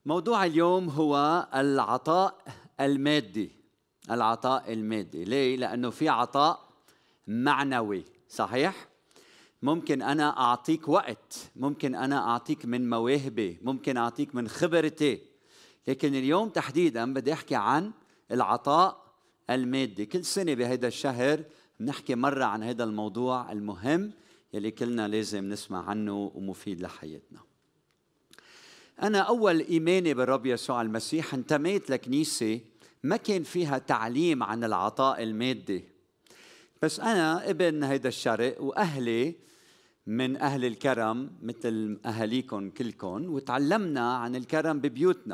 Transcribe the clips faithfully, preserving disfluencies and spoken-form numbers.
موضوع اليوم هو العطاء المادي. العطاء المادي، ليه؟ لأنه في عطاء معنوي، صحيح؟ ممكن أنا أعطيك وقت، ممكن أنا أعطيك من مواهبي، ممكن أعطيك من خبرتي، لكن اليوم تحديداً بدي أحكي عن العطاء المادي. كل سنة بهذا الشهر بنحكي مرة عن هذا الموضوع المهم يلي كلنا لازم نسمع عنه ومفيد لحياتنا. أنا أول إيماني بالرب يسوع المسيح انتميت لكنيسة ما كان فيها تعليم عن العطاء المادي، بس أنا ابن هيدا الشرق وأهلي من أهل الكرم مثل أهاليكم كلكم، وتعلمنا عن الكرم ببيوتنا.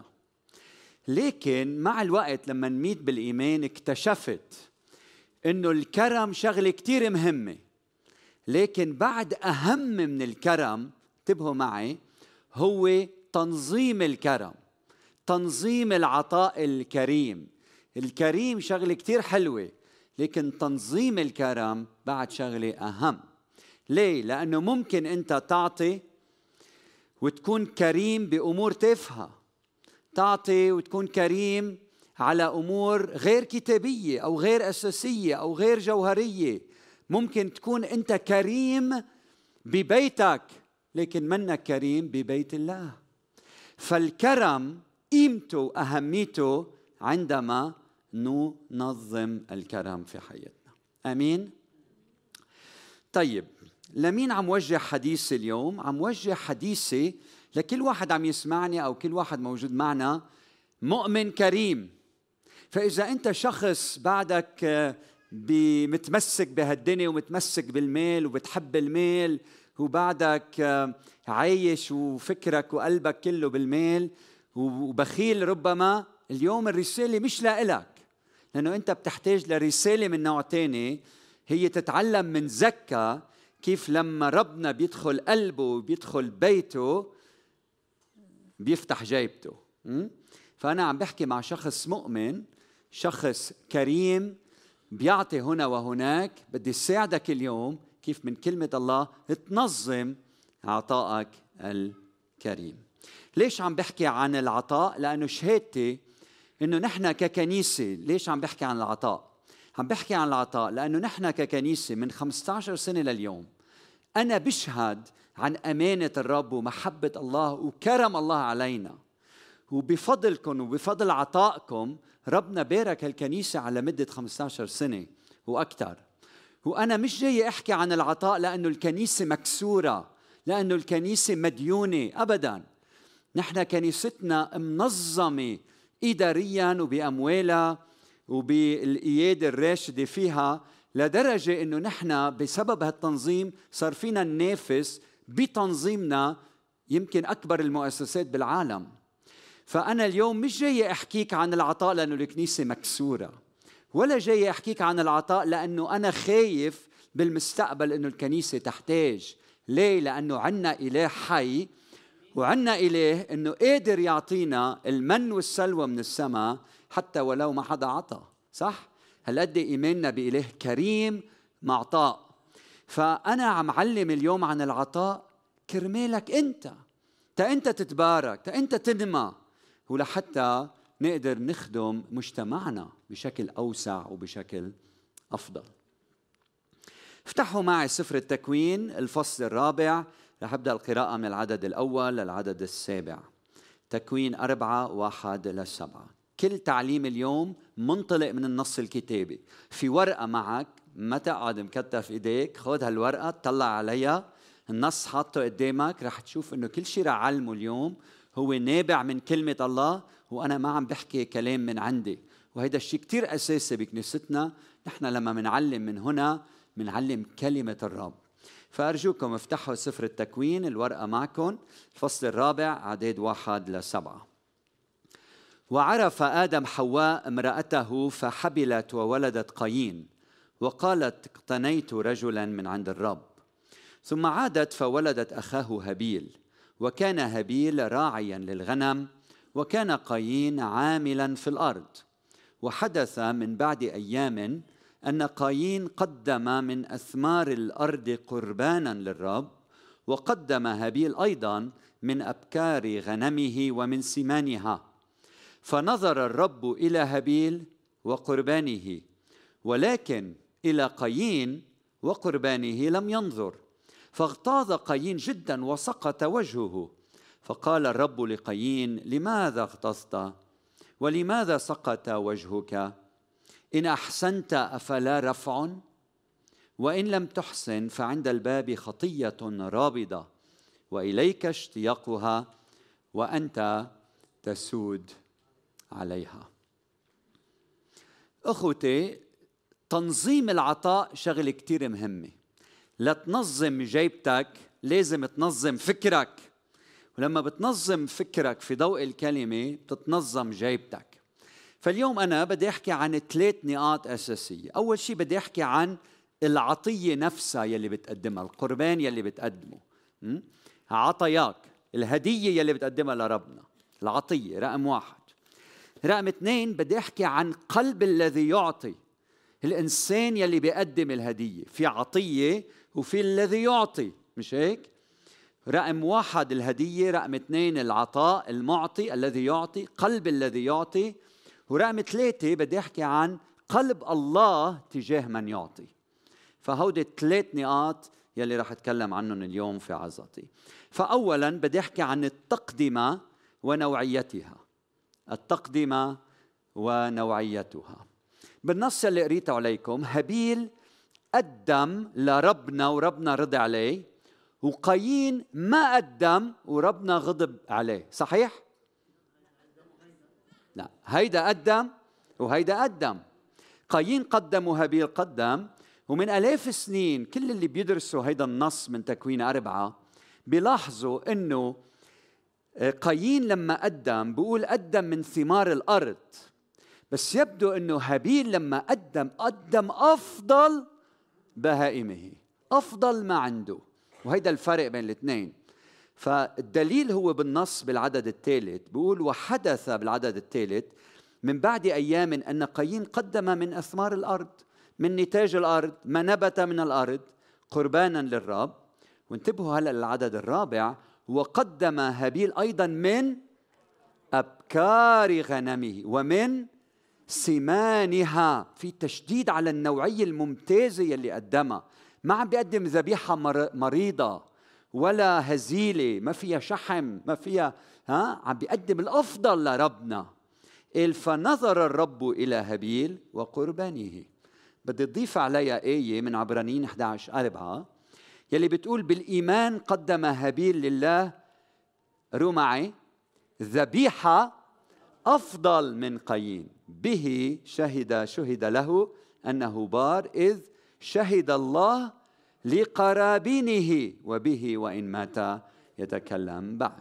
لكن مع الوقت لما نميت بالإيمان اكتشفت إنه الكرم شغلة كتير مهمة، لكن بعد أهم من الكرم، انتبهوا معي، هو تنظيم الكرم، تنظيم العطاء الكريم. الكريم شغلة كتير حلوة، لكن تنظيم الكرم بعد شغلة أهم. ليه؟ لأنه ممكن أنت تعطي وتكون كريم بأمور تافهة، تعطي وتكون كريم على أمور غير كتابية أو غير أساسية أو غير جوهرية. ممكن تكون أنت كريم ببيتك لكن منك كريم ببيت الله. فالكرم قيمته وأهميته عندما ننظم الكرم في حياتنا. آمين؟ طيب، لمين عم وجه حديثي اليوم؟ عم وجه حديثي لكل واحد عم يسمعني أو كل واحد موجود معنا مؤمن كريم. فإذا أنت شخص بعدك متمسك بهالدنيا ومتمسك بالمال وبتحب المال وبعدك عايش وفكرك وقلبك كله بالمال وبخيل، ربما اليوم الرسالة مش لإلك، لأنه أنت بتحتاج لرسالة من نوع تاني، هي تتعلم من زكا كيف لما ربنا بيدخل قلبه وبيدخل بيته بيفتح جيبته. فأنا عم بحكي مع شخص مؤمن، شخص كريم بيعطي هنا وهناك. بدي ساعدك اليوم كيف من كلمة الله تنظم عطائك الكريم. ليش عم بحكي عن العطاء؟ لأنه شهادتي إنه نحن ككنيسة. ليش عم بحكي عن العطاء؟ عم بحكي عن العطاء لأنه نحن ككنيسة من خمسة عشر سنة لليوم أنا بشهد عن أمانة الرب ومحبة الله وكرم الله علينا، وبفضلكم وبفضل عطائكم ربنا بارك الكنيسة على مدة خمسة عشر سنة وأكثر. وأنا مش جاي أحكي عن العطاء لأنه الكنيسة مكسورة، لأنه الكنيسة مديونة، أبداً. نحن كنيستنا منظمة إدارياً وبأموالها وبالإيادة الراشدة فيها، لدرجة أنه نحن بسبب هالتنظيم صار فينا ننافس بتنظيمنا يمكن أكبر المؤسسات بالعالم. فأنا اليوم مش جاي أحكيك عن العطاء لأنه الكنيسة مكسورة، ولا جاي أحكيك عن العطاء لأنه أنا خايف بالمستقبل أنه الكنيسة تحتاج. ليه؟ لأنه عنا إله حي، وعنا إله أنه قادر يعطينا المن والسلوى من السماء حتى ولو ما حدا عطى. صح؟ هالقد إيماننا بإله كريم معطاء. فأنا عم علم اليوم عن العطاء كرمالك أنت، تا أنت تتبارك، تا أنت تنمى، ولحتى نقدر نخدم مجتمعنا بشكل أوسع وبشكل أفضل. افتحوا معي سفر التكوين الفصل الرابع، رح أبدأ القراءة من العدد الأول للعدد السابع. تكوين أربعة واحد لسبعة. كل تعليم اليوم منطلق من النص الكتابي. في ورقة معك، ما تقعد مكتف إيديك، خذ هالورقة تطلع عليها، النص حاطه قدامك، رح تشوف إنه كل شيء رح أعلمه اليوم هو نابع من كلمة الله، وأنا ما عم بحكي كلام من عندي. وهذا الشيء كتير أساسي بكنيستنا. نحن لما منعلم من هنا منعلم كلمة الرب. فأرجوكم افتحوا سفر التكوين، الورقة معكم، الفصل الرابع عدد واحد لسبعة. وعرف آدم حواء امرأته فحبلت وولدت قايين، وقالت اقتنيت رجلا من عند الرب. ثم عادت فولدت أخاه هابيل، وكان هابيل راعيا للغنم، وكان قايين عاملا في الأرض. وحدث من بعد أيام أن قايين قدم من أثمار الأرض قربانا للرب، وقدم هابيل أيضا من أبكار غنمه ومن سمانها. فنظر الرب إلى هابيل وقربانه، ولكن إلى قايين وقربانه لم ينظر، فاغتاظ قايين جدا وسقط وجهه. فقال الرب لقايين: لماذا اغتظت ولماذا سقط وجهك؟ إن أحسنت أفلا رفع؟ وإن لم تحسن فعند الباب خطية رابضة، وإليك اشتياقها وأنت تسود عليها. أخوتي، تنظيم العطاء شغلة كتير مهمة. لا تنظم جيبتك، لازم تنظم فكرك، ولما بتنظم فكرك في ضوء الكلمة بتتنظم جيبتك. فاليوم أنا بدي أحكي عن ثلاث نقاط أساسية. أول شيء بدي أحكي عن العطية نفسها يلي بتقدمها، القربان يلي بتقدمه، عطاياك، الهدية يلي بتقدمها لربنا، العطية رقم واحد. رقم اثنين بدي أحكي عن قلب الذي يعطي، الإنسان يلي بيقدم الهدية، في عطية وفي الذي يعطي، مش هيك؟ رقم واحد الهدية، رقم اثنين العطاء، المعطي الذي يعطي، قلب الذي يعطي، ورقم ثلاثة بدي أحكي عن قلب الله تجاه من يعطي. فهودي الثلاث نقاط يلي راح أتكلم عنهم اليوم في عظتي. فأولا بدي أحكي عن التقدمة ونوعيتها. التقدمة ونوعيتها. بالنص اللي قريته عليكم، هابيل قدم لربنا وربنا رضي عليه، وقايين ما قدم وربنا غضب عليه، صحيح؟ لا، هيدا قدم وهيدا قدم. قايين قدم وهابيل قدم. ومن آلاف السنين كل اللي بيدرسوا هيدا النص من تكوين أربعة بيلاحظوا إنه قايين لما قدم بيقول قدم من ثمار الأرض، بس يبدو إنه هابيل لما قدم قدم أفضل بهائمه، أفضل ما عنده. وهيدا الفرق بين الاثنين. فالدليل هو بالنص بالعدد الثالث، بيقول: وحدث بالعدد الثالث من بعد أيام أن قايين قدم من أثمار الأرض، من نتاج الأرض، ما نبت من الأرض، قربانا للرب. وانتبهوا هلأ للعدد الرابع: وقدم هابيل أيضا من أبكار غنمه ومن سمانها. في تشديد على النوعية الممتازة يلي قدمها. ما عم بيقدم ذبيحة مريضة ولا هزيلة ما فيها شحم ما فيها، ها، عم بيقدم الأفضل لربنا. فنظر الرب إلى هابيل وقربانه. بدي تضيف عليها آية من عبرانيين أحد عشر أربعة يلي بتقول: بالإيمان قدم هابيل لله، رو معي، ذبيحة أفضل من قايين، به شهد شهد له أنه بار، إذ شهد الله لقرابينه، وبه وإن مات يتكلم بعد.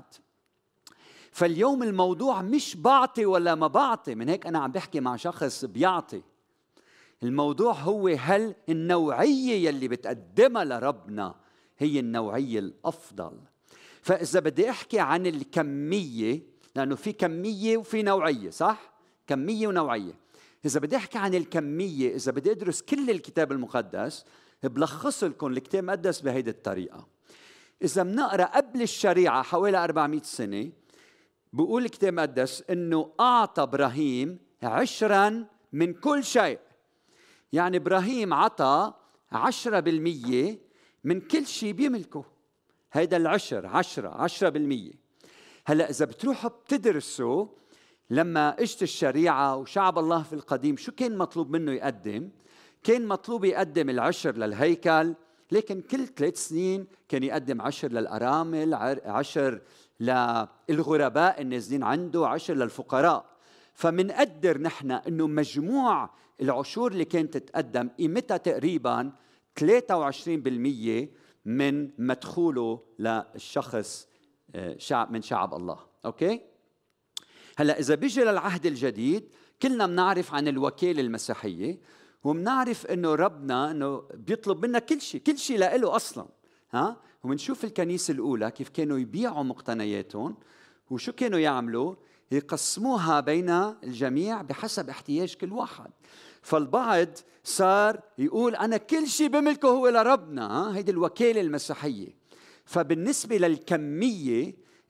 فاليوم الموضوع مش بعطي ولا ما بعطي، من هيك أنا عم بحكي مع شخص بيعطي. الموضوع هو هل النوعية يلي بتقدمها لربنا هي النوعية الأفضل. فإذا بدي أحكي عن الكمية، لأنه في كمية وفي نوعية، صح؟ كمية ونوعية. إذا بدي أحكي عن الكمية، إذا بدي أدرس كل الكتاب المقدس بلخص لكم الكتاب المقدس بهيدي الطريقة. إذا بنقرأ قبل الشريعة حوالي أربعمائة سنة، بيقول الكتاب المقدس إنه أعطى إبراهيم عشرا من كل شيء. يعني إبراهيم عطى عشرة بالمية من كل شيء بيملكه. هيدا العشر، عشرة عشرة بالمية. هلأ إذا بتروحوا بتدرسوا لما اجت الشريعة وشعب الله في القديم شو كان مطلوب منه يقدم؟ كان مطلوب يقدم العشر للهيكل، لكن كل ثلاث سنين كان يقدم عشر للأرامل، عشر للغرباء النازلين عنده، عشر للفقراء. فمنقدر نحن أنه مجموع العشور اللي كانت تتقدم قيمتها تقريبا ثلاثة وعشرين بالمية من مدخوله للشخص شعب من شعب الله. أوكي؟ هلأ إذا بيجي للعهد الجديد كلنا بنعرف عن الوكالة المسيحية، وبنعرف إنه ربنا إنه بيطلب منا كل شيء، كل شيء لإله أصلاً، ها؟ وبنشوف الكنيسة الأولى كيف كانوا يبيعوا مقتنياتهم، وشو كانوا يعملوا؟ يقسموها بين الجميع بحسب احتياج كل واحد. فالبعض صار يقول أنا كل شيء بملكه هو لربنا، ها؟ هيدي الوكالة المسيحية. فبالنسبة للكمية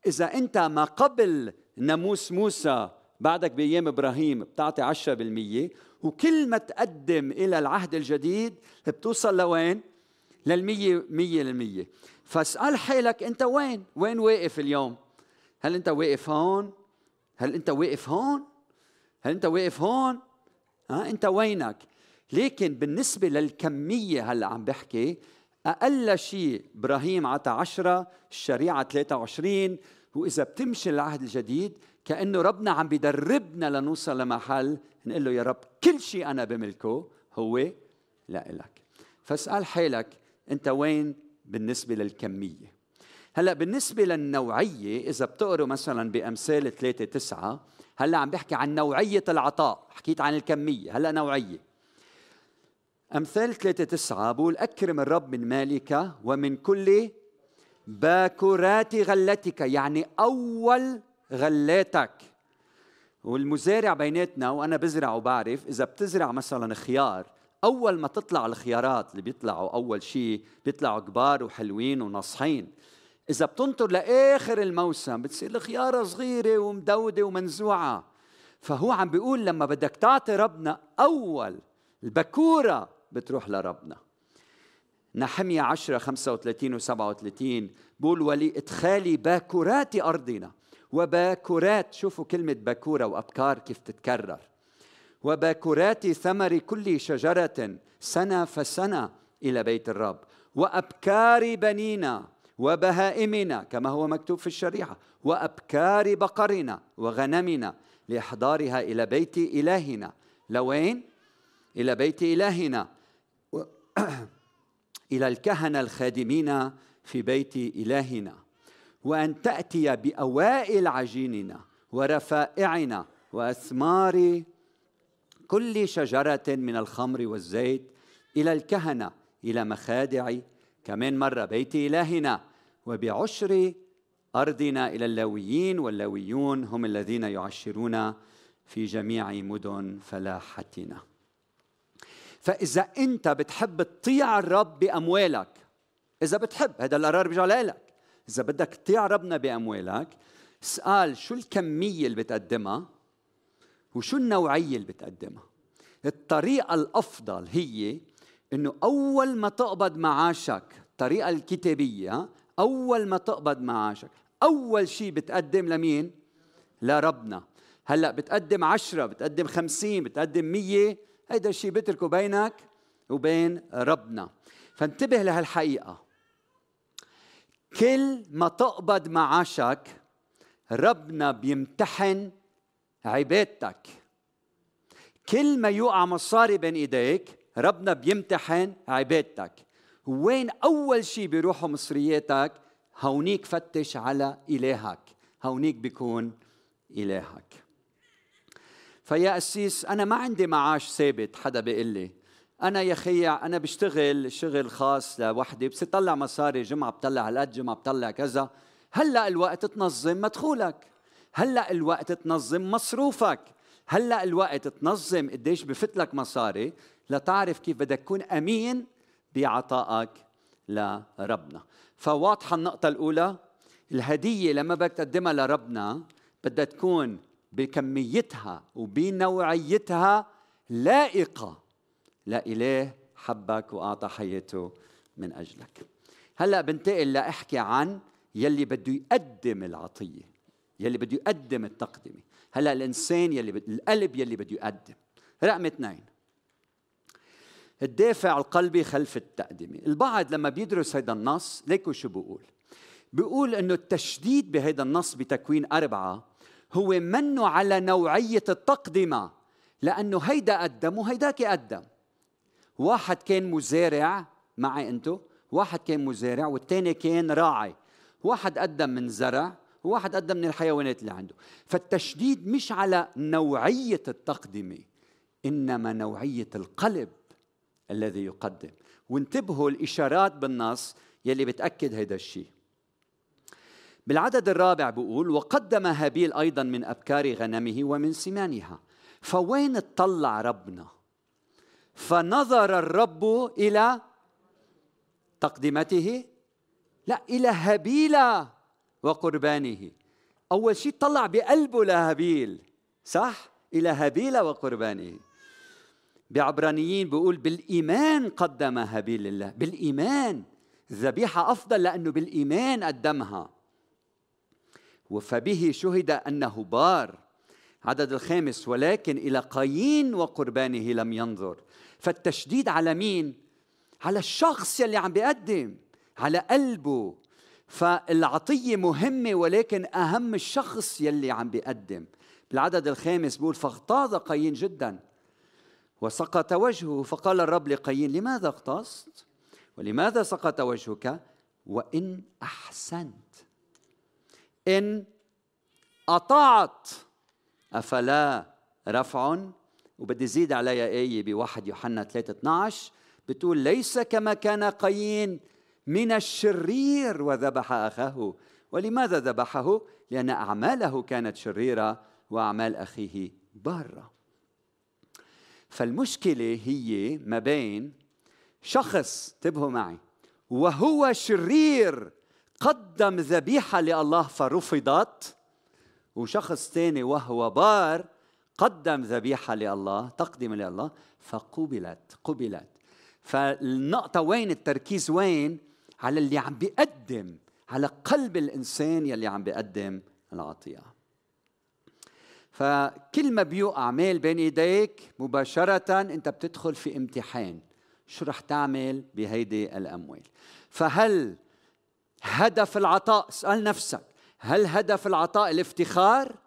إذا أنت ما قبل ناموس موسى بعدك بأيام إبراهيم بتعطي عشرة بالمية، وكل ما تقدم إلى العهد الجديد بتوصل لوين؟ للمية، مية للمية. فاسأل حالك أنت وين؟ وين واقف اليوم؟ هل أنت واقف هون؟ هل أنت واقف هون؟ هل أنت واقف هون؟ ها أنت وينك؟ لكن بالنسبة للكمية هلأ عم بحكي، أقل شيء إبراهيم عطى عشرة، الشريعة ثلاثة وعشرين، وإذا بتمشي العهد الجديد كأنه ربنا عم بيدربنا لنوصل لمحل نقول له يا رب كل شيء أنا بملكه هو لإلك. فاسأل حالك أنت وين بالنسبة للكمية. هلأ بالنسبة للنوعية، إذا بتقروا مثلا بأمثال ثلاثة تسعة، هلأ عم بحكي عن نوعية العطاء، حكيت عن الكمية، هلأ نوعية. أمثال ثلاثة تسعة بقول أكرم الرب من مالك ومن كل باكورات غلتك، يعني أول غلاتك. والمزارع بيناتنا وأنا بزرع وبعرف، إذا بتزرع مثلا خيار، أول ما تطلع الخيارات اللي بيطلعوا أول شيء بيطلعوا كبار وحلوين ونصحين. إذا بتنطر لآخر الموسم بتصير الخيارة صغيرة ومدودة ومنزوعة. فهو عم بيقول لما بدك تعطي ربنا أول البكورة بتروح لربنا. نحمية عشرة خمسة وثلاثين وسبعة وثلاثين بقول ولإدخال باكورات أرضنا وباكورات، شوفوا كلمة باكورة وأبكار كيف تتكرر، وباكورات ثمر كل شجرة سنة فسنة إلى بيت الرب، وأبكار بنينا وبهائمنا كما هو مكتوب في الشريعة، وأبكار بقرنا وغنمنا لإحضارها إلى بيت إلهنا. لوين؟ إلى بيت إلهنا، إلى الكهنة الخادمين في بيت إلهنا، وأن تأتي بأوائل عجيننا ورفائعنا وأثمار كل شجرة من الخمر والزيت إلى الكهنة إلى مخادع كمان مرة بيت إلهنا، وبعشر أرضنا إلى اللاويين، واللاويون هم الذين يعشرون في جميع مدن فلاحتنا. فإذا أنت بتحب تطيع الرب بأموالك، إذا بتحب، هذا القرار بيرجع لك، إذا بدك تطيع ربنا بأموالك، اسأل شو الكمية اللي بتقدمها وشو النوعية اللي بتقدمها. الطريقة الأفضل هي إنه أول ما تقبض معاشك، الطريقة الكتابية، أول ما تقبض معاشك أول شيء بتقدم لمين؟ لربنا. هلأ بتقدم عشرة، بتقدم خمسين، بتقدم مية، هيدا الشيء بتركه بينك وبين ربنا. فانتبه لهالحقيقة، كل ما تقبض معاشك ربنا بيمتحن عبادتك. كل ما يوقع مصاري بين ايديك ربنا بيمتحن عبادتك. وين أول شيء بيروحوا مصرياتك؟ هونيك فتش على إلهك، هونيك بيكون إلهك. فيا أسيس أنا ما عندي معاش ثابت، حدا بيقول لي أنا يا خي أنا بشتغل شغل خاص لوحدي بس طلع مصاري، جمعة بطلع هالقد، جمعة بطلع كذا. هلأ الوقت تنظم مدخولك، هلأ الوقت تنظم مصروفك، هلأ الوقت تنظم قديش بفتلك مصاري لتعرف كيف بدك تكون أمين بعطائك لربنا. فواضحة النقطة الأولى، الهدية لما بدك تقدمها لربنا بدها تكون بكميتها وبنوعيتها لائقة لإله حبك وأعطى حياته من أجلك. هلأ بنتقل لأحكي عن يلي بده يقدم العطية، يلي بده يقدم التقدمة. هلأ الإنسان يلي بد... القلب يلي بده يقدم. رقم اثنين، الدافع القلبي خلف التقدمة. البعض لما بيدرس هذا النص ليكوا شو بيقول؟ بيقول إنه التشديد بهذا النص بتكوين أربعة هو منه على نوعية التقدمة، لأنه هيدا قدم وهيداك قدم. واحد كان مزارع، معي أنتو، واحد كان مزارع والتاني كان راعي، واحد قدم من زرع وواحد قدم من الحيوانات اللي عنده. فالتشديد مش على نوعية التقدمة إنما نوعية القلب الذي يقدم. وانتبهوا الإشارات بالنص يلي بتأكد هذا الشيء. بالعدد الرابع بقول وقدم هابيل أيضا من أبكار غنمه ومن سمانها. فوين اطلع ربنا؟ فنظر الرب إلى تقدمته، لا، إلى هابيل وقربانه. أول شيء طلع بقلبه لهابيل، صح؟ إلى هابيل وقربانه. بعبرانيين بيقول بالإيمان قدم هابيل لله، بالإيمان الذبيحة أفضل لأنه بالإيمان قدمها. فبه شهد أنه بار. عدد الخامس ولكن إلى قايين وقربانه لم ينظر. فالتشديد على مين؟ على الشخص يلي عم بيقدم، على قلبه. فالعطية مهمة ولكن أهم الشخص يلي عم بيقدم. بالعدد الخامس بيقول فاغتاظ قايين جدا وسقط وجهه، فقال الرب لقايين لماذا اغتظت ولماذا سقط وجهك؟ وإن أحسنت إن أطعت أفلا رفع. وبدي زيد عليها آية بواحد يوحنا ثلاثة اثنعش بتقول ليس كما كان قايين من الشرير وذبح أخاه. ولماذا ذبحه؟ لأن أعماله كانت شريرة وأعمال أخيه بارة. فالمشكلة هي ما بين شخص، انتبهوا معي، وهو شرير قدم ذبيحة لله فرفضت، وشخص ثاني وهو بار قدم ذبيحة لله، تقدم لله فقبلت قبلت. فالنقطة وين التركيز؟ وين؟ على اللي عم بيقدم، على قلب الإنسان يلي عم بيقدم العطية. فكل ما بيوقع مال بين إيديك مباشرة أنت بتدخل في امتحان، شو رح تعمل بهيدي الأموال؟ فهل هدف العطاء، اسأل نفسك، هل هدف العطاء الافتخار؟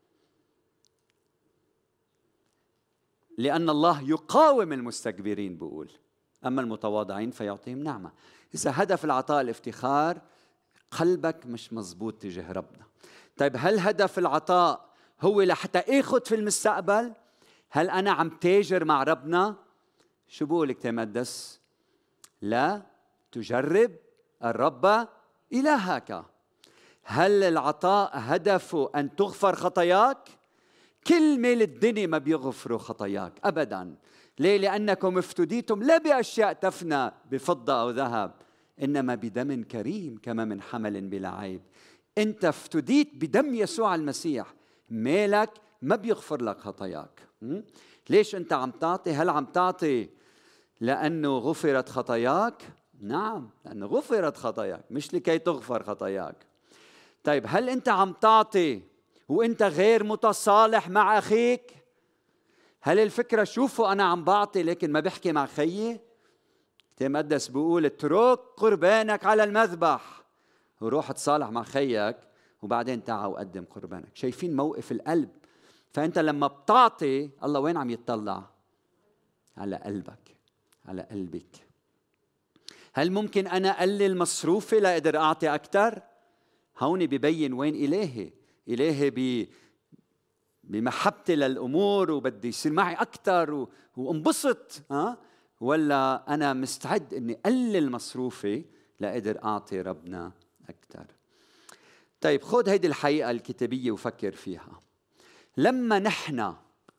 لأن الله يقاوم المستكبرين بقول أما المتواضعين فيعطيهم نعمة. إذا هدف العطاء الافتخار قلبك مش مزبوط تجاه ربنا. طيب هل هدف العطاء هو لحتى اخذ في المستقبل؟ هل أنا عم تاجر مع ربنا؟ شو بقول الكتاب المقدس؟ لا تجرب الرب إلهك. هل العطاء هدفه أن تغفر خطاياك؟ كل مال الدنيا ما بيغفروا خطاياك أبداً. ليه؟ لأنكم افتديتم لا بأشياء تفنى بفضة أو ذهب، إنما بدم كريم كما من حمل بلا عيب. أنت افتديت بدم يسوع المسيح. مالك ما بيغفر لك خطاياك. ليش أنت عم تعطي؟ هل عم تعطي لأنه غفرت خطاياك؟ نعم، لأنه غفرت خطاياك، مش لكي تغفر خطاياك. طيب هل أنت عم تعطي وأنت غير متصالح مع أخيك؟ هل الفكرة شوفوا أنا عم بعطي لكن ما بحكي مع خيي؟ الكتاب المقدس بيقول اترك قربانك على المذبح وروح تصالح مع خيك وبعدين تعا وقدم قربانك. شايفين موقف القلب؟ فأنت لما بتعطي الله وين عم يتطلع؟ على قلبك، على قلبك. هل ممكن أنا أقلل مصروفي لأقدر أعطي أكثر؟ هون ببين وين إلهي. إلهي بي بمحبتي للأمور وبدي يصير معي أكثر وانبسط، ها؟ ولا أنا مستعد إني أقلل مصروفي لأقدر أعطي ربنا أكثر؟ طيب خذ هيدي الحقيقة الكتابية وفكر فيها. لما نحن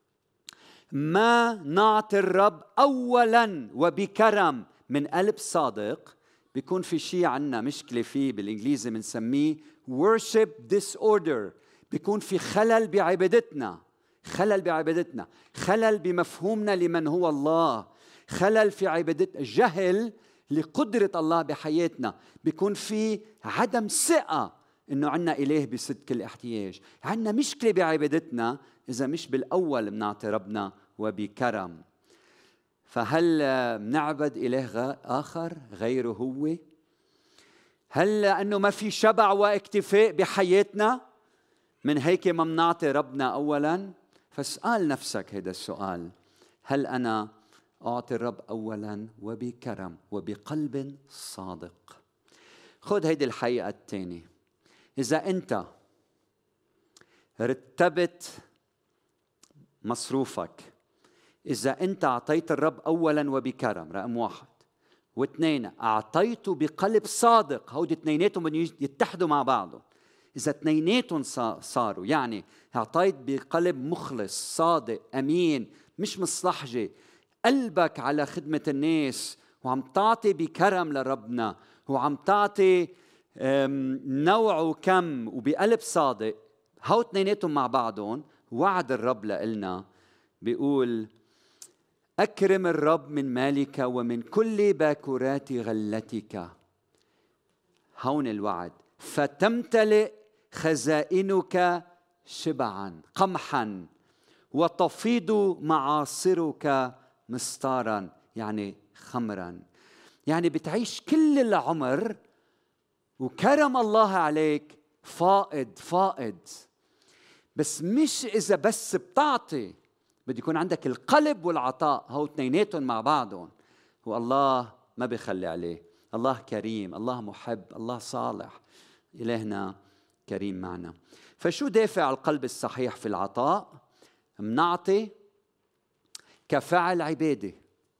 ما نعطي الرب أولاً وبكرم من قلب صادق بيكون في شيء عنا مشكلة فيه، بالإنجليزي بنسميه worship disorder. بيكون في خلل بعبادتنا، خلل بعبادتنا، خلل بمفهومنا لمن هو الله، خلل في عبادتنا، جهل لقدرة الله بحياتنا. بيكون في عدم ثقة إنه عنا إله بسد كل احتياج. عنا مشكلة بعبادتنا إذا مش بالأول بنعطي ربنا وبكرم. فهل نعبد إله آخر غيره هو؟ هل لأنه ما في شبع واكتفاء بحياتنا من هيك ما منعطي ربنا أولاً؟ فاسأل نفسك هذا السؤال، هل أنا أعطي الرب أولاً وبكرم وبقلب صادق؟ خذ هيدي الحقيقة الثانية. إذا أنت رتبت مصروفك، إذا أنت أعطيت الرب أولاً وبكرم رقم واحد، واثنين أعطيته بقلب صادق، هودي اثنيناتهم يتحدوا مع بعضهم. إذا اثنيناتهم صاروا يعني أعطيت بقلب مخلص صادق أمين مش مصلحجي، قلبك على خدمة الناس وعم تعطي بكرم لربنا وعم تعطي نوع وكم وبقلب صادق، هو اثنيناتهم مع بعضهم. وعد الرب لإلنا بيقول أكرم الرب من مالك ومن كل باكورات غلتك. هون الوعد، فتمتلئ خزائنك شبعا قمحا وتفيض معاصرك مستارا، يعني خمرا. يعني بتعيش كل العمر وكرم الله عليك فائض فائض. بس مش إذا بس بتعطي، بده يكون عندك القلب والعطاء، هو اثنيناتهم مع بعضهم. والله ما بيخلي عليه. الله كريم، الله محب، الله صالح، إلهنا كريم معنا. فشو دافع القلب الصحيح في العطاء؟ منعطي كفعل عبادة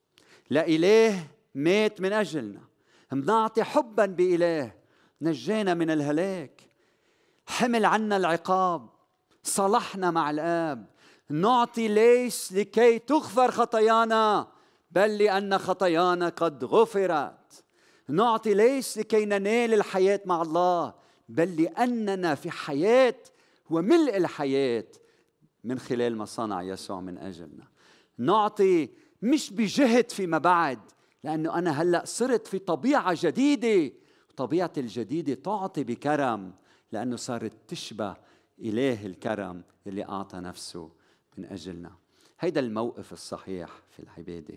لإله مات من أجلنا، منعطي حبا بإله نجانا من الهلاك، حمل عنا العقاب، صلحنا مع الآب. نعطي ليس لكي تغفر خطايانا، بل لأن خطايانا قد غفرت. نعطي ليس لكي ننال الحياة مع الله، بل لأننا في حياة وملء الحياة من خلال ما صنع يسوع من أجلنا. نعطي مش بجهد فيما بعد، لأنه أنا هلأ صرت في طبيعة جديدة، طبيعة الجديدة تعطي بكرم، لأنه صارت تشبه إله الكرم اللي أعطى نفسه من أجلنا. هيدا الموقف الصحيح في العبادة.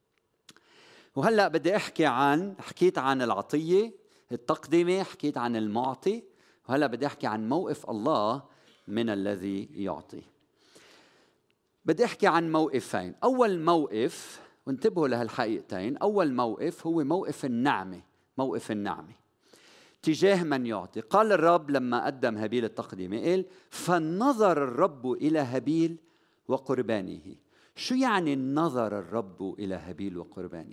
وهلأ بدي أحكي عن حكيت عن العطية التقدمة، حكيت عن المعطي، وهلأ بدي أحكي عن موقف الله من الذي يعطي. بدي أحكي عن موقفين. أول موقف، وانتبهوا لهالحقيقتين، أول موقف هو موقف النعمة. موقف النعمة تجاه من يعطي. قال الرب لما قدم هابيل التقديمة، قال فنظر الرب إلى هابيل وقربانه. شو يعني نظر الرب إلى هابيل وقربانه؟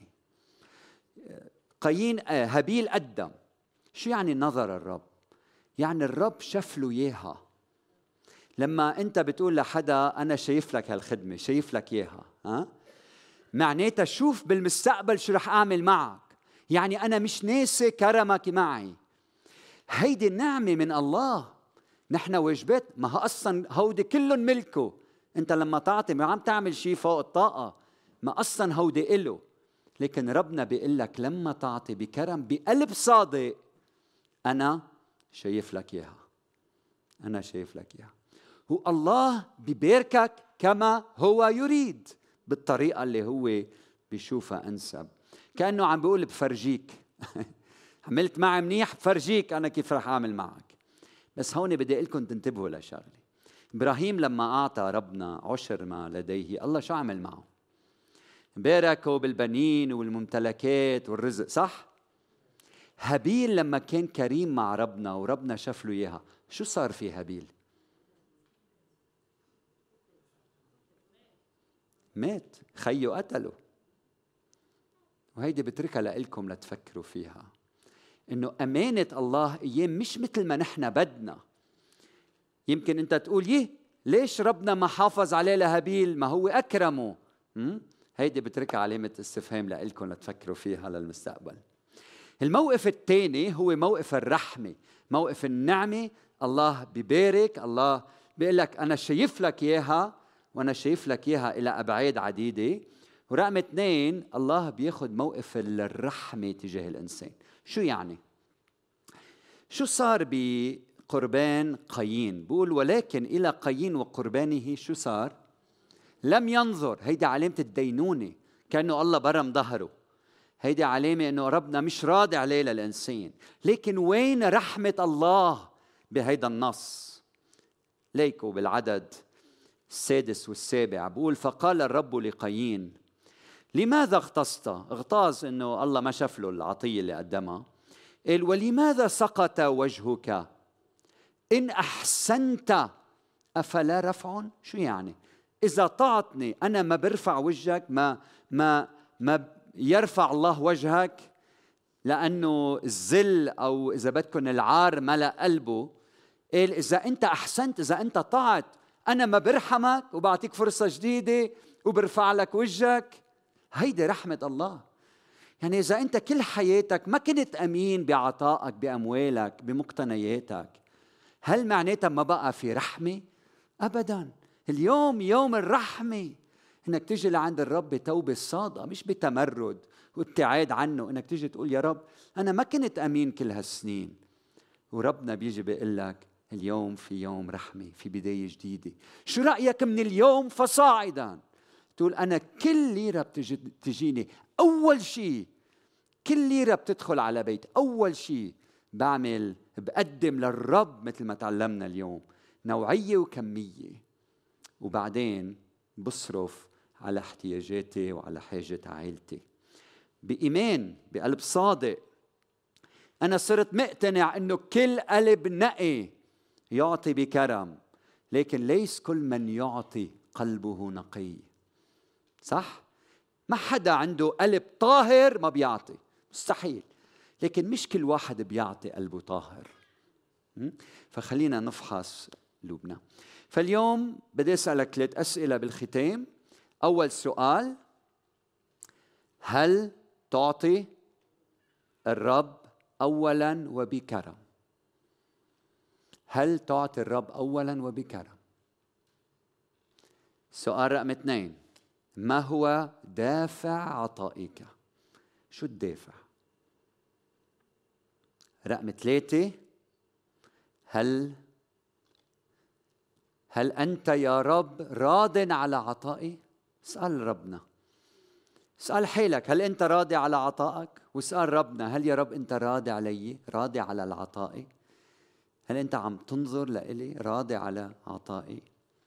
قايين هابيل قدم. شو يعني نظر الرب؟ يعني الرب شاف له إياها. لما أنت بتقول لحدا أنا شايف لك هالخدمة، شايف لك إياها، ها؟ معناتها شوف بالمستقبل شو رح أعمل معك. يعني أنا مش ناسي كرمك معي. هيدي النعمة من الله. نحن واجبات، ما هو أصلا هودي كلهم ملكه. أنت لما تعطي ما عم تعمل شيء فوق الطاقة، ما أصلا هودي إله. لكن ربنا بيقول لك لما تعطي بكرم بقلب صادق، أنا شايف لك إياها، أنا شايف لك إياها. هو الله بباركك كما هو يريد، بالطريقة اللي هو بيشوفها أنسب. كأنه عم بيقول بفرجيك عملت معي منيح، بفرجيك أنا كيف رح أعمل معك. بس هون بدي أقول لكم تنتبهوا لشغلة. إبراهيم لما أعطى ربنا عشر ما لديه، الله شو عمل معه؟ باركه بالبنين والممتلكات والرزق، صح؟ هابيل لما كان كريم مع ربنا وربنا شاف له إياها، شو صار في هابيل؟ مات، خيه قتله. وهيدي بتركها لإلكم لتفكروا فيها، إنه أمانة الله أيام مش مثل ما نحن بدنا. يمكن أنت تقول يه ليش ربنا ما حافظ عليه لهابيل، ما هو أكرمه. م? هيدي بتركها علامة استفهام لإلكم لتفكروا فيها للمستقبل. الموقف الثاني هو موقف الرحمة، موقف النعمة. الله بيبارك، الله بيقول لك أنا شايف لك إياها، وأنا شايف لك إياها إلى أبعاد عديدة. ورقم اثنين، الله بياخد موقف الرحمة تجاه الإنسان. شو يعني؟ شو صار بقربان قايين؟ بقول ولكن إلى قايين وقربانه شو صار؟ لم ينظر. هيدي علامة الدينونة، كأنه الله برم ظهره. هيدي علامة أنه ربنا مش راضي عليه للإنسان. لكن وين رحمة الله بهيدا النص؟ ليكوا بالعدد السادس والسابع بقول فقال الرب لقايين لماذا اغتصت؟ اغتاظ انه الله ما شاف له العطيه اللي قدمها. قال ولماذا سقط وجهك؟ ان احسنت افلا رفع؟ شو يعني؟ اذا طاعتني انا ما برفع وجهك، ما ما ما يرفع الله وجهك، لانه الذل او اذا بدكم العار ملأ قلبه. قال اذا انت احسنت، اذا انت طاعت، انا ما برحمك وبعطيك فرصه جديده وبرفع لك وجهك. هيدي رحمة الله. يعني إذا أنت كل حياتك ما كنت أمين بعطائك بأموالك بمقتنياتك، هل معناتها ما بقى في رحمة؟ أبداً. اليوم يوم الرحمة، إنك تجي لعند الرب بتوبة صادقة، مش بتمرد وابتعاد عنه. إنك تجي تقول يا رب أنا ما كنت أمين كل هالسنين، وربنا بيجي بيقول لك اليوم في يوم رحمة، في بداية جديدة. شو رأيك من اليوم فصاعدا؟ تقول أنا كل ليرة بتجيني أول شيء، كل ليرة بتدخل على بيت أول شيء بعمل بقدم للرب مثل ما تعلمنا اليوم، نوعية وكمية، وبعدين بصرف على احتياجاتي وعلى حاجة عائلتي بإيمان بقلب صادق. أنا صرت مقتنع أنه كل قلب نقي يعطي بكرم، لكن ليس كل من يعطي قلبه نقي. صح؟ ما حدا عنده قلب طاهر ما بيعطي، مستحيل. لكن مش كل واحد بيعطي قلبه طاهر. فخلينا نفحص قلوبنا. فاليوم بدي أسألك ثلاث أسئلة بالختام. أول سؤال: هل تعطي الرب أولاً وبكرم؟ هل تعطي الرب أولاً وبكرم؟ سؤال رقم اثنين: ما هو دافع عطائك؟ شو الدافع؟ رقم ثلاثة: هل هل أنت يا رب راض على عطائي؟ اسأل ربنا، اسأل حالك، هل أنت راضي على عطائك؟ واسأل ربنا، هل يا رب أنت راضي علي؟ راضي على العطاء؟ هل أنت عم تنظر لإلي راضي على عطائي؟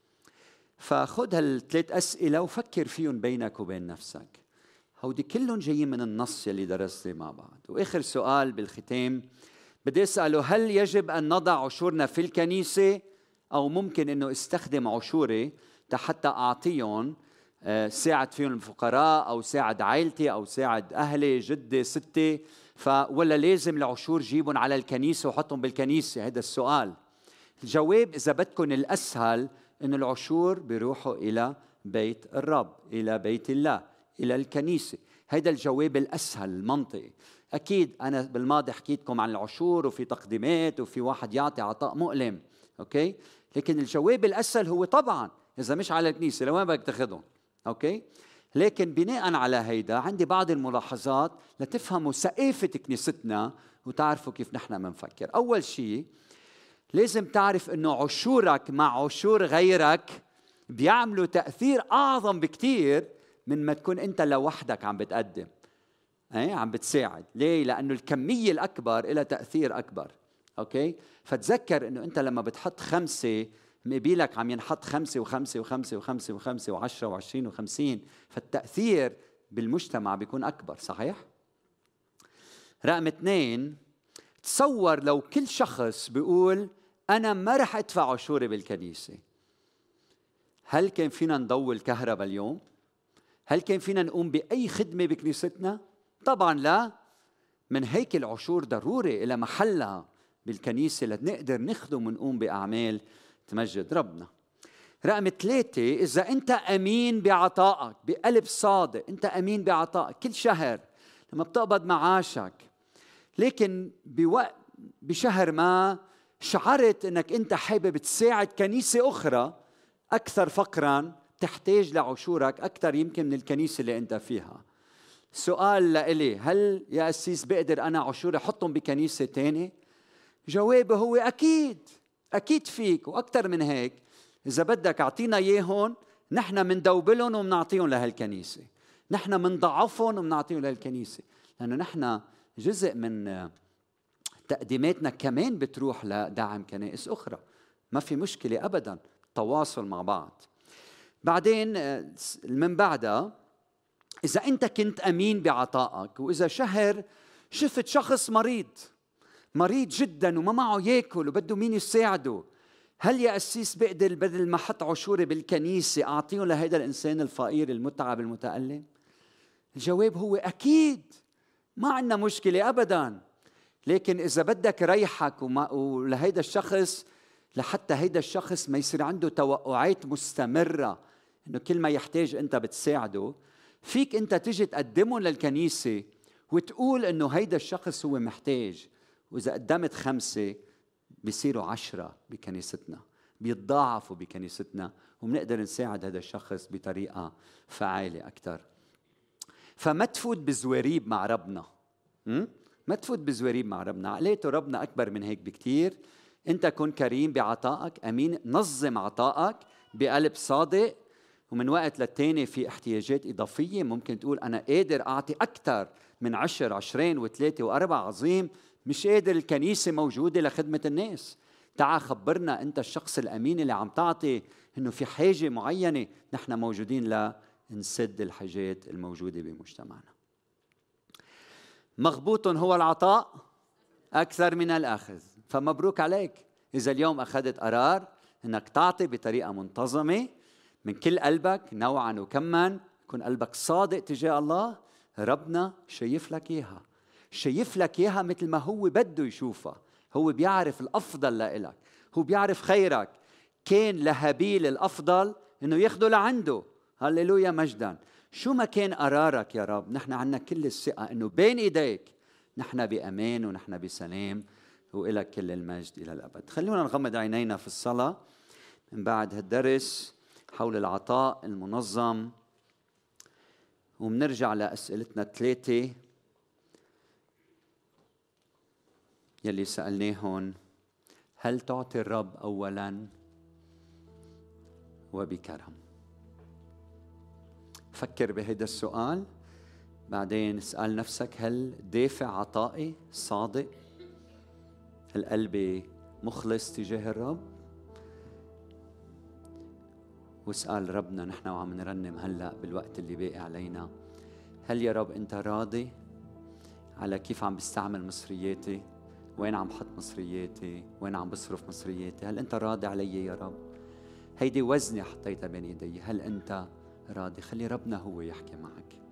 فخذ هالثلاث أسئلة وفكر فيهم بينك وبين نفسك. هودي كلهم جايين من النص يلي درسنا مع بعض. وآخر سؤال بالختام بدي أسأله: هل يجب أن نضع عشورنا في الكنيسة، أو ممكن أنه استخدم عشوري حتى أعطيهم ساعد فيهم الفقراء، أو ساعد عائلتي، أو ساعد أهلي جدي ستي، ولا لازم العشور جيبهم على الكنيسة وحطهم بالكنيسة؟ هذا السؤال. الجواب إذا بدكم الأسهل أن العشور بيروحوا إلى بيت الرب، إلى بيت الله، إلى الكنيسة. هذا الجواب الأسهل المنطقي. أكيد أنا بالماضي حكيتكم عن العشور وفي تقديمات وفي واحد يعطي عطاء مؤلم، أوكي؟ لكن الجواب الأسهل هو طبعاً إذا مش على الكنيسة لوين بدك تاخذهم؟ أوكي؟ لكن بناءً على هيدا عندي بعض الملاحظات لتفهموا سقافة كنيستنا وتعرفوا كيف نحن منفكر. أول شيء لازم تعرف إنه عشورك مع عشور غيرك بيعملوا تأثير أعظم بكتير من ما تكون أنت لوحدك عم بتقدم، أي عم بتساعد. ليه؟ لأنه الكمية الأكبر إلها تأثير أكبر. أوكي؟ فتذكر إنه أنت لما بتحط خمسة مقبيلك عم ينحط خمسة وخمسة وخمسة وخمسة وخمسة وعشرة وعشرين وخمسين، فالتأثير بالمجتمع بيكون أكبر. صحيح؟ رقم اثنين: تصور لو كل شخص بيقول أنا ما رح أدفع عشوري بالكنيسة، هل كان فينا نضوي الكهرباء اليوم؟ هل كان فينا نقوم بأي خدمة بكنيستنا؟ طبعاً لا. من هيك العشور ضروري إلى محلها بالكنيسة لنقدر نخدم ونقوم بأعمال تمجد ربنا. رقم ثلاثة: إذا أنت أمين بعطائك بقلب صادق، أنت أمين بعطائك كل شهر لما بتقبض معاشك، لكن بوقت بشهر ما شعرت أنك أنت حابب تساعد كنيسة أخرى أكثر فقراً، تحتاج لعشورك أكثر يمكن من الكنيسة اللي أنت فيها. سؤال لإلي: هل يا أسيس بقدر أنا عشوري أحطهم بكنيسة تاني؟ جوابه هو أكيد، أكيد فيك، وأكثر من هيك. إذا بدك أعطينا إياهم، نحن مندوبلهم ومنعطيهم لهالكنيسة، نحن منضعفهم ومنعطيهم لهالكنيسة، لأنه نحن جزء من تقديماتنا كمان بتروح لدعم كنائس أخرى. ما في مشكلة أبداً، تواصل مع بعض. بعدين من بعدها، إذا أنت كنت أمين بعطائك، وإذا شهر شفت شخص مريض مريض جداً وما معه ياكل وبده مين يساعده، هل يا أسيس بقدر بدل ما حط عشوري بالكنيسة أعطيه لهذا الإنسان الفقير المتعب المتألم؟ الجواب هو أكيد، ما عندنا مشكلة أبداً. لكن إذا بدك ريحك ولهيدا الشخص، لحتى هيدا الشخص ما يصير عنده توقعات مستمرة إنه كل ما يحتاج أنت بتساعده، فيك أنت تجي تقدمه للكنيسة وتقول إنه هيدا الشخص هو محتاج، وإذا قدمت خمسة بيصيروا عشرة بكنيستنا، بيتضاعفوا بكنيستنا، وبنقدر نساعد هذا الشخص بطريقة فعالة أكثر. فما تفوت بزواريب مع ربنا، ما تفوت بزواريب مع ربنا، عقليته ربنا أكبر من هيك بكتير. أنت كن كريم بعطائك، أمين، نظم عطائك بقلب صادق، ومن وقت للتاني في احتياجات إضافية ممكن تقول أنا قادر أعطي أكثر من عشر عشرين وثلاثة وأربع، عظيم، مش قادر، الكنيسة موجودة لخدمة الناس. تعال خبرنا أنت الشخص الأمين اللي عم تعطي إنه في حاجة معينة، نحن موجودين لنسد الحاجات الموجودة بمجتمعنا. مغبوط هو العطاء أكثر من الأخذ، فمبروك عليك إذا اليوم أخذت قرار أنك تعطي بطريقة منتظمة من كل قلبك نوعا وكما، يكون قلبك صادق تجاه الله. ربنا شايف لك إياها، شايف لك إياها مثل ما هو بده يشوفها. هو بيعرف الأفضل لإلك، هو بيعرف خيرك. كان لهابيل الأفضل أنه ياخده لعنده، هللويا مجدا. شو ما كان قرارك يا رب، نحن عنا كل الثقة أنه بين إيديك نحن بأمان ونحن بسلام، وإلك كل المجد إلى الأبد. خلونا نغمض عينينا في الصلاة من بعد هالدرس حول العطاء المنظم، ومنرجع لأسئلتنا الثلاثة يلي سألناهن. هل تعطي الرب أولاً وبكرم؟ فكر بهذا السؤال، بعدين اسأل نفسك هل دافع عطائي صادق؟ هل قلبي مخلص تجاه الرب؟ واسأل ربنا نحن وعم نرنم هلأ بالوقت اللي باقي علينا، هل يا رب أنت راضي على كيف عم بستعمل مصرياتي؟ وين عم بحط مصرياتي؟ وين عم بصرف مصرياتي؟ هل أنت راضي علي يا رب؟ هيدي وزني حطيتها بين ايدي، هل أنت راضي؟ خلي ربنا هو يحكي معك.